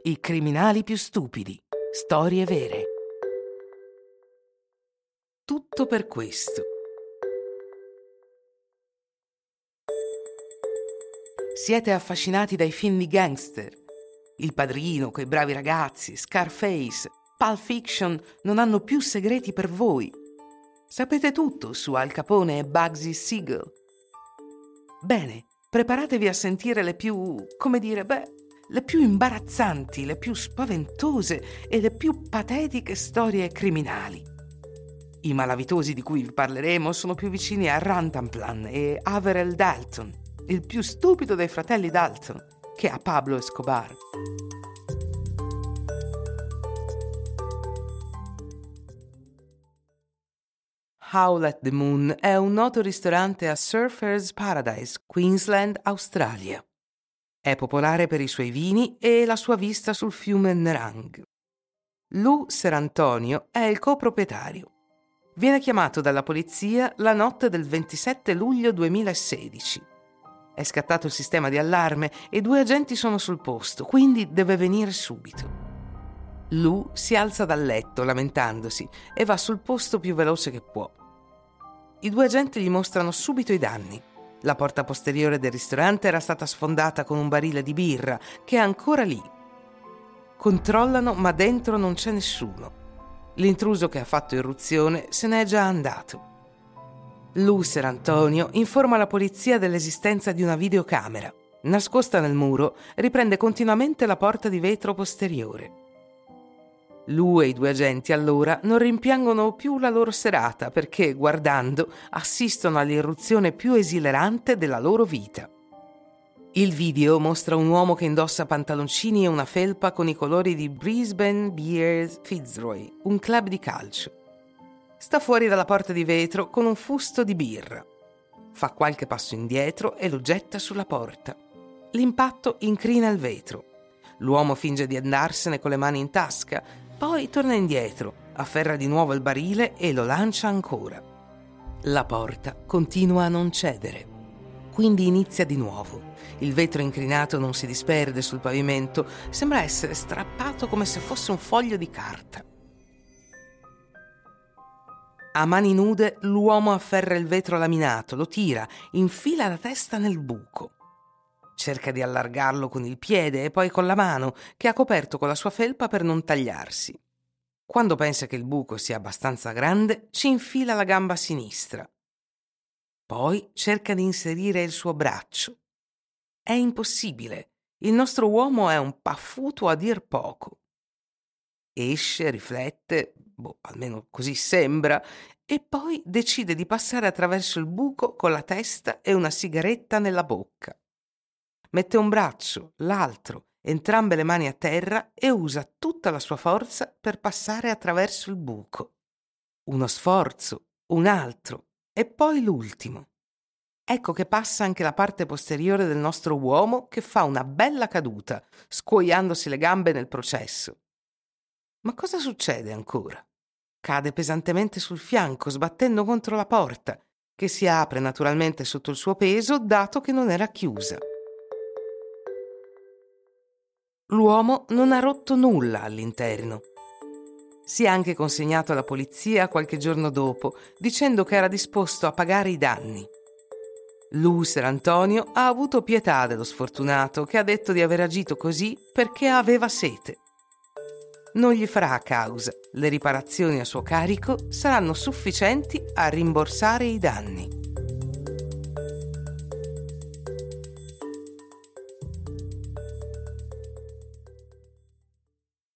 I criminali più stupidi. Storie vere. Tutto per questo. Siete affascinati dai film di gangster? Il Padrino, Quei bravi ragazzi, Scarface, Pulp Fiction non hanno più segreti per voi. Sapete tutto su Al Capone e Bugsy Siegel. Bene, preparatevi a sentire le più imbarazzanti, le più spaventose e le più patetiche storie criminali. I malavitosi di cui vi parleremo sono più vicini a Rantanplan e Averell Dalton, il più stupido dei fratelli Dalton, che a Pablo Escobar. Howl at the Moon è un noto ristorante a Surfers Paradise, Queensland, Australia. È popolare per i suoi vini e la sua vista sul fiume Nerang. Lou Serantonio è il coproprietario. Viene chiamato dalla polizia la notte del 27 luglio 2016. È scattato il sistema di allarme e 2 agenti sono sul posto, quindi deve venire subito. Lou si alza dal letto lamentandosi e va sul posto più veloce che può. I 2 agenti gli mostrano subito i danni. La porta posteriore del ristorante era stata sfondata con un barile di birra che è ancora lì. Controllano, ma dentro non c'è nessuno. L'intruso che ha fatto irruzione se n'è già andato. Lou Serantonio informa la polizia dell'esistenza di una videocamera. Nascosta nel muro, riprende continuamente la porta di vetro posteriore. Lou e i 2 agenti allora non rimpiangono più la loro serata perché, guardando, assistono all'irruzione più esilerante della loro vita. Il video mostra un uomo che indossa pantaloncini e una felpa con i colori di Brisbane Bears Fitzroy, un club di calcio. Sta fuori dalla porta di vetro con un fusto di birra. Fa qualche passo indietro e lo getta sulla porta. L'impatto incrina il vetro. L'uomo finge di andarsene con le mani in tasca, poi torna indietro, afferra di nuovo il barile e lo lancia ancora. La porta continua a non cedere. Quindi inizia di nuovo. Il vetro incrinato non si disperde sul pavimento, sembra essere strappato come se fosse un foglio di carta. A mani nude l'uomo afferra il vetro laminato, lo tira, infila la testa nel buco. Cerca di allargarlo con il piede e poi con la mano, che ha coperto con la sua felpa per non tagliarsi. Quando pensa che il buco sia abbastanza grande, ci infila la gamba sinistra. Poi cerca di inserire il suo braccio. È impossibile. Il nostro uomo è un paffuto a dir poco. Esce, riflette, almeno così sembra, e poi decide di passare attraverso il buco con la testa e una sigaretta nella bocca. Mette un braccio, l'altro, entrambe le mani a terra e usa tutta la sua forza per passare attraverso il buco. Uno sforzo, un altro e poi l'ultimo. Ecco che passa anche la parte posteriore del nostro uomo che fa una bella caduta, scuoiandosi le gambe nel processo. Ma cosa succede ancora? Cade pesantemente sul fianco, sbattendo contro la porta, che si apre naturalmente sotto il suo peso, dato che non era chiusa. L'uomo non ha rotto nulla all'interno. Si è anche consegnato alla polizia qualche giorno dopo, dicendo che era disposto a pagare i danni. Lou Serantonio ha avuto pietà dello sfortunato, che ha detto di aver agito così perché aveva sete. Non gli farà causa. Le riparazioni a suo carico saranno sufficienti a rimborsare i danni.